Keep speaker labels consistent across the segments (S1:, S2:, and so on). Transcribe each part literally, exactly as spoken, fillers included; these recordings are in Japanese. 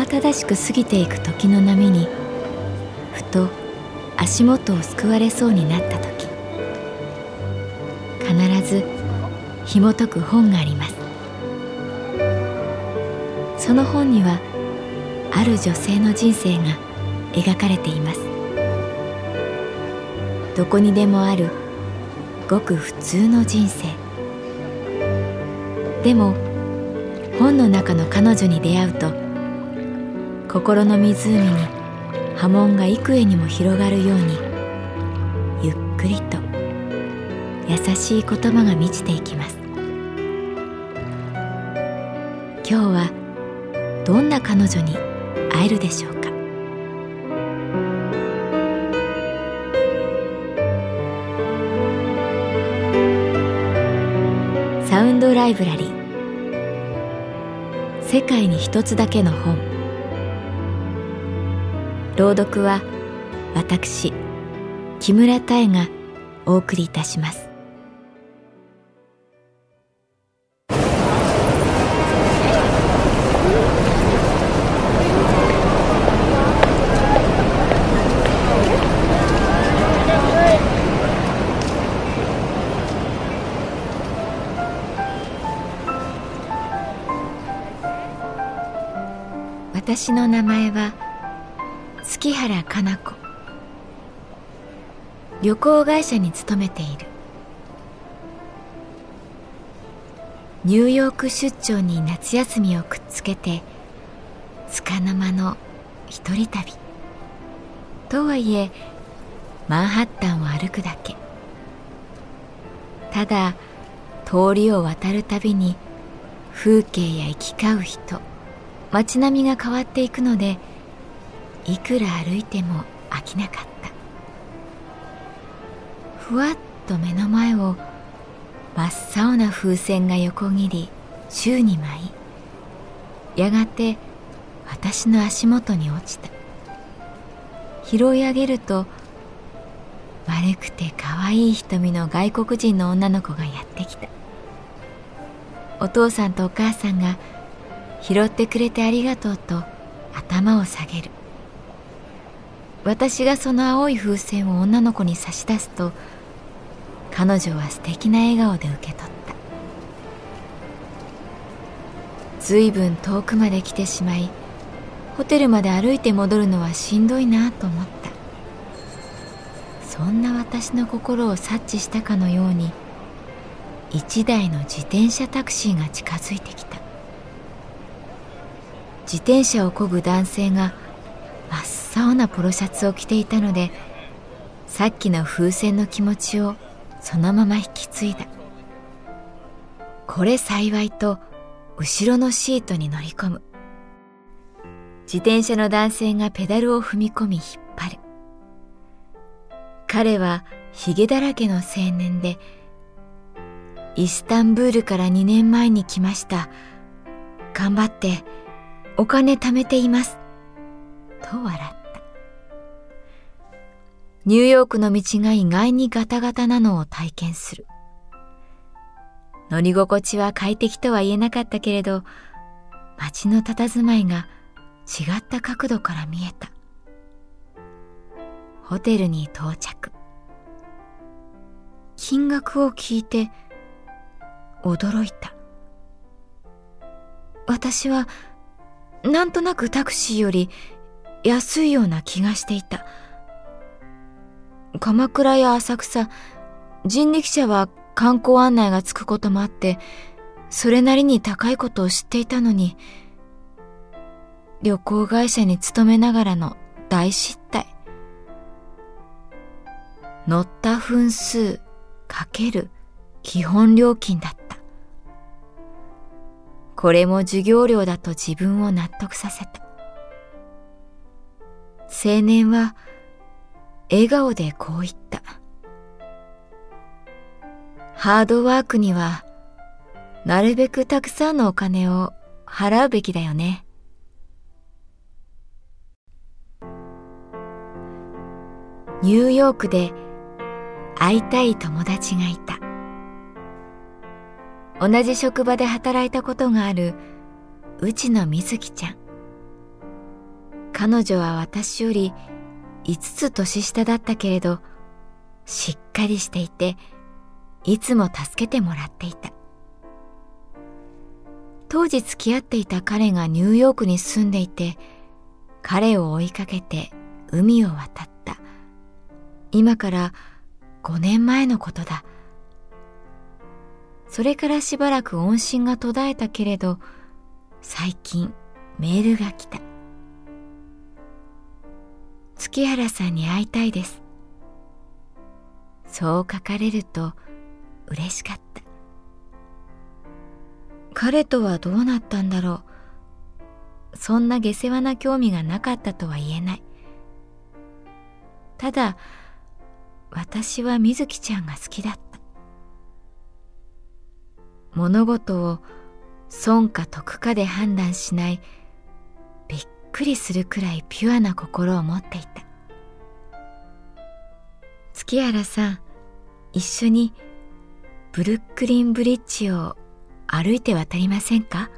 S1: 慌ただしく過ぎていく時の波にふと足元をすくわれそうになった時、必ず紐解く本があります。その本にはある女性の人生が描かれています。どこにでもあるごく普通の人生。でも本の中の彼女に出会うと、心の湖に波紋が幾重にも広がるように、ゆっくりと優しい言葉が満ちていきます。今日はどんな彼女に会えるでしょうか。サウンドライブラリー、世界に一つだけの本。朗読は私木村多江がお送りいたします。私の名前は月原かな子。旅行会社に勤めている。ニューヨーク出張に夏休みをくっつけて、束の間の一人旅。とはいえマンハッタンを歩くだけ。ただ通りを渡るたびに風景や行き交う人、街並みが変わっていくので、いくら歩いても飽きなかった。ふわっと目の前を真っ青な風船が横切り宙に舞い、やがて私の足元に落ちた。拾い上げると、丸くてかわいい瞳の外国人の女の子がやってきた。お父さんとお母さんが拾ってくれてありがとうと頭を下げる。私がその青い風船を女の子に差し出すと、彼女は素敵な笑顔で受け取った。ずいぶん遠くまで来てしまい、ホテルまで歩いて戻るのはしんどいなと思った。そんな私の心を察知したかのように、一台の自転車タクシーが近づいてきた。自転車を漕ぐ男性が真っ青なポロシャツを着ていたので、さっきの風船の気持ちをそのまま引き継いだ。これ幸いと後ろのシートに乗り込む。自転車の男性がペダルを踏み込み引っ張る。彼はひげだらけの青年で、イスタンブールからにねんまえに来ました。頑張ってお金貯めています。と笑った。ニューヨークの道が意外にガタガタなのを体験する。乗り心地は快適とは言えなかったけれど、街の佇まいが違った角度から見えた。ホテルに到着。金額を聞いて驚いた。私はなんとなくタクシーより安いような気がしていた。鎌倉や浅草、人力車は観光案内がつくこともあって、それなりに高いことを知っていたのに、旅行会社に勤めながらの大失態。乗った分数かける基本料金だった。これも授業料だと自分を納得させた。青年は笑顔でこう言った。ハードワークにはなるべくたくさんのお金を払うべきだよね。ニューヨークで会いたい友達がいた。同じ職場で働いたことがある内野瑞希ちゃん。 彼女は私よりいつつ年下だったけれど、しっかりしていて、いつも助けてもらっていた。当時付き合っていた彼がニューヨークに住んでいて、彼を追いかけて海を渡った。今からごねんまえのことだ。それからしばらく音信が途絶えたけれど、最近メールが来た。月原さんに会いたいです。そう書かれると嬉しかった。彼とはどうなったんだろう。そんな下世話な興味がなかったとは言えない。ただ、私は水木ちゃんが好きだった。物事を損か得かで判断しない、びっくりするくらいピュアな心を持っていた。月原さん、一緒にブルックリンブリッジを歩いて渡りませんか？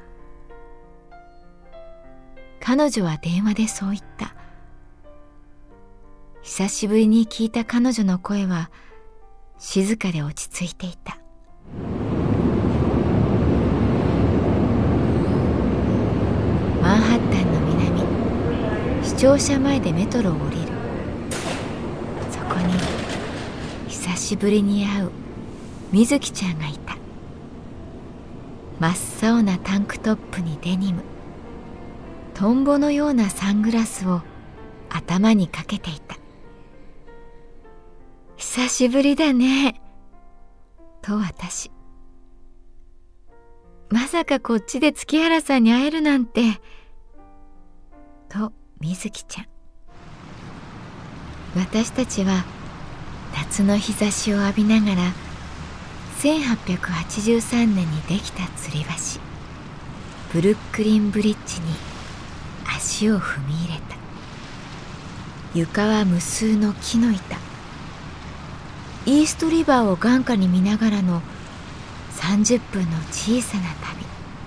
S1: 彼女は電話でそう言った。久しぶりに聞いた彼女の声は静かで落ち着いていた。マンハッタンの南、市庁舎前でメトロを降りる。そこに久しぶりに会う水木ちゃんがいた。真っ青なタンクトップにデニム、トンボのようなサングラスを頭にかけていた。久しぶりだね、と私。まさかこっちで月原さんに会えるなんて、と水木ちゃん。私たちは夏の日差しを浴びながらせんはっぴゃくはちじゅうさんねんにできた吊り橋、ブルックリンブリッジに足を踏み入れた。床は無数の木の板。イーストリバーを眼下に見ながらのさんじゅっぷんの小さな旅。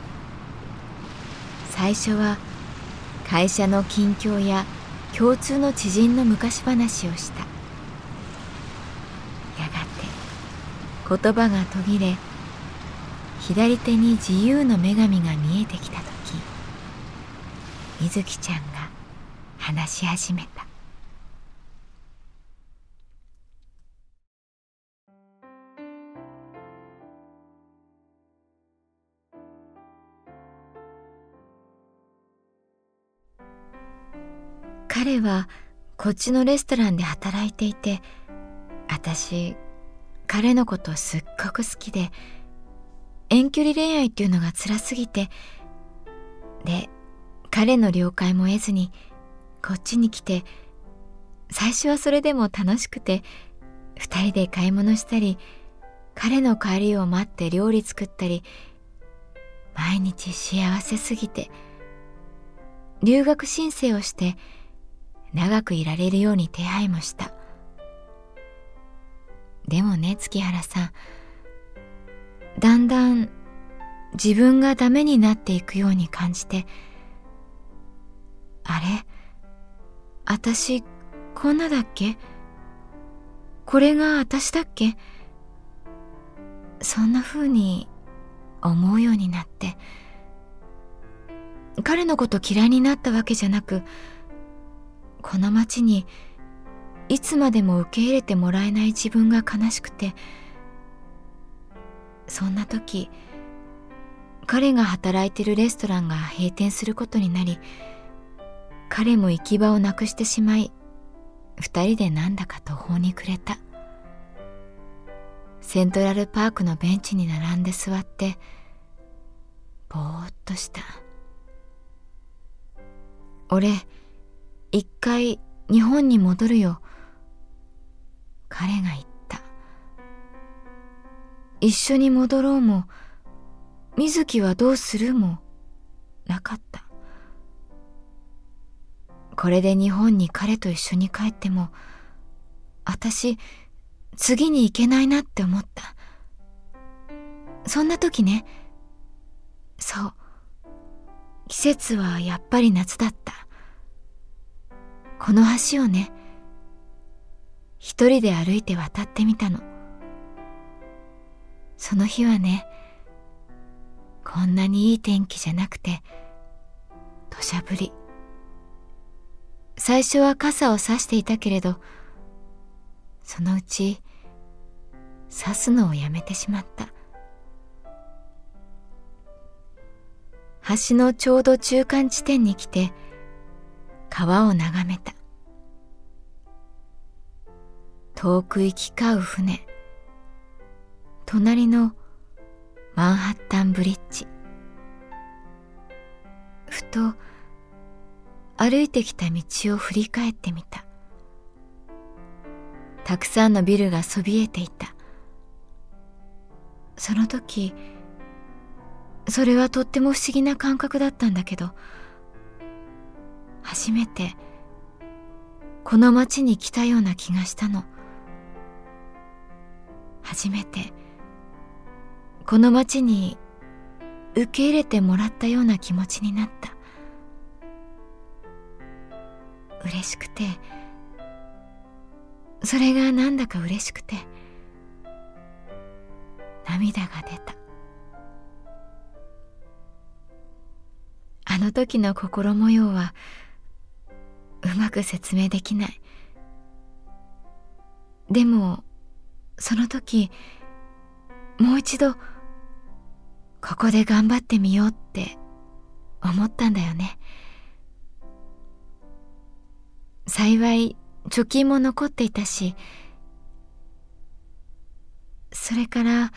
S1: 最初は会社の近況や共通の知人の昔話をした。やがて言葉が途切れ、左手に自由の女神が見えてきたとき、水木ちゃんが話し始めた。彼はこっちのレストランで働いていて、私彼のことすっごく好きで、遠距離恋愛っていうのが辛すぎて、で彼の了解も得ずにこっちに来て、最初はそれでも楽しくて、二人で買い物したり、彼の帰りを待って料理作ったり、毎日幸せすぎて、留学申請をして長くいられるように手配もした。でもね、月原さん、だんだん自分がダメになっていくように感じて、あれ、私こんなだっけ？これが私だっけ？そんな風に思うようになって、彼のこと嫌いになったわけじゃなく、この町にいつまでも受け入れてもらえない自分が悲しくて、そんな時、彼が働いてるレストランが閉店することになり、彼も行き場をなくしてしまい、二人でなんだか途方に暮れた。セントラルパークのベンチに並んで座って、ぼーっとした。俺、一回日本に戻るよ。彼が言った。一緒に戻ろうも、水木はどうするもなかった。これで日本に彼と一緒に帰っても、私、次に行けないなって思った。そんな時ね、そう、季節はやっぱり夏だった。 この橋をね、一人で歩いて渡ってみたの。その日はね、こんなにいい天気じゃなくて土砂降り。最初は傘を差していたけれど、そのうち差すのをやめてしまった。橋のちょうど中間地点に来て川を眺めた。遠く行き交う船、隣のマンハッタンブリッジ。ふと歩いてきた道を振り返ってみた。たくさんのビルがそびえていた。その時、それはとっても不思議な感覚だったんだけど、初めてこの街に来たような気がしたの。初めてこの街に受け入れてもらったような気持ちになった。嬉しくて、それがなんだか嬉しくて涙が出た。あの時の心模様はうまく説明できない。でもその時、もう一度ここで頑張ってみようって思ったんだよね。幸い貯金も残っていたし、それから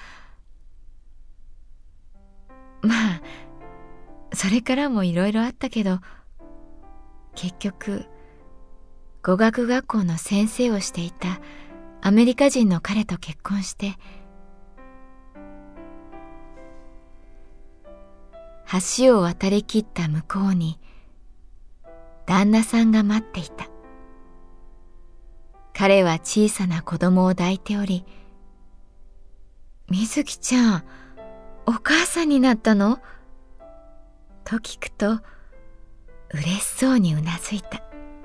S1: まあそれからもいろいろあったけど、結局語学学校の先生をしていたアメリカ人の彼と結婚して、橋を渡りきった向こうに旦那さんが待っていた。彼は小さな子供を抱いており、水木ちゃん、お母さんになったの？と聞くと嬉しそうにうなずいた。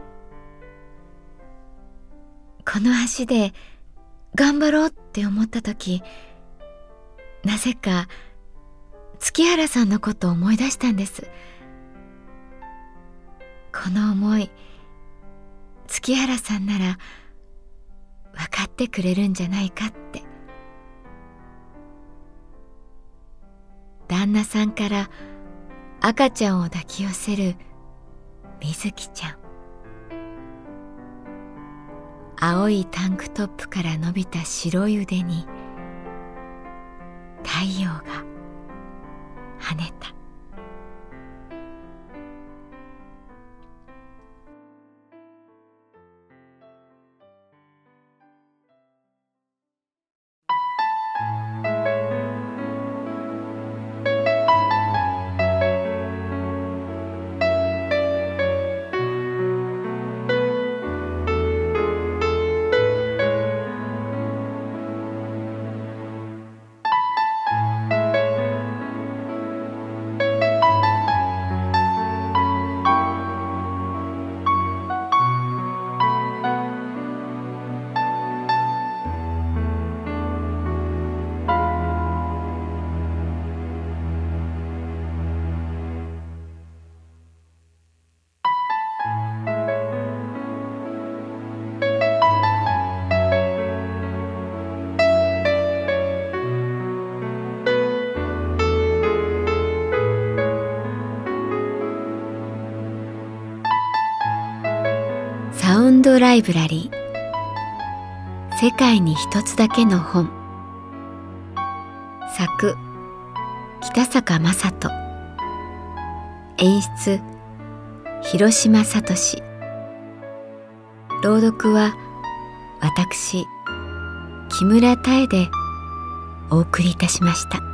S1: この橋で頑張ろうって思った時、なぜか月原さんのことを思い出したんです。この思い、月原さんなら分かってくれるんじゃないかって。旦那さんから赤ちゃんを抱き寄せる水木ちゃん。青いタンクトップから伸びた白い腕に太陽が跳ねた。サウンドライブラリー、世界に一つだけの本。作北坂雅人、演出広島聡、朗読は私木村多江でお送りいたしました。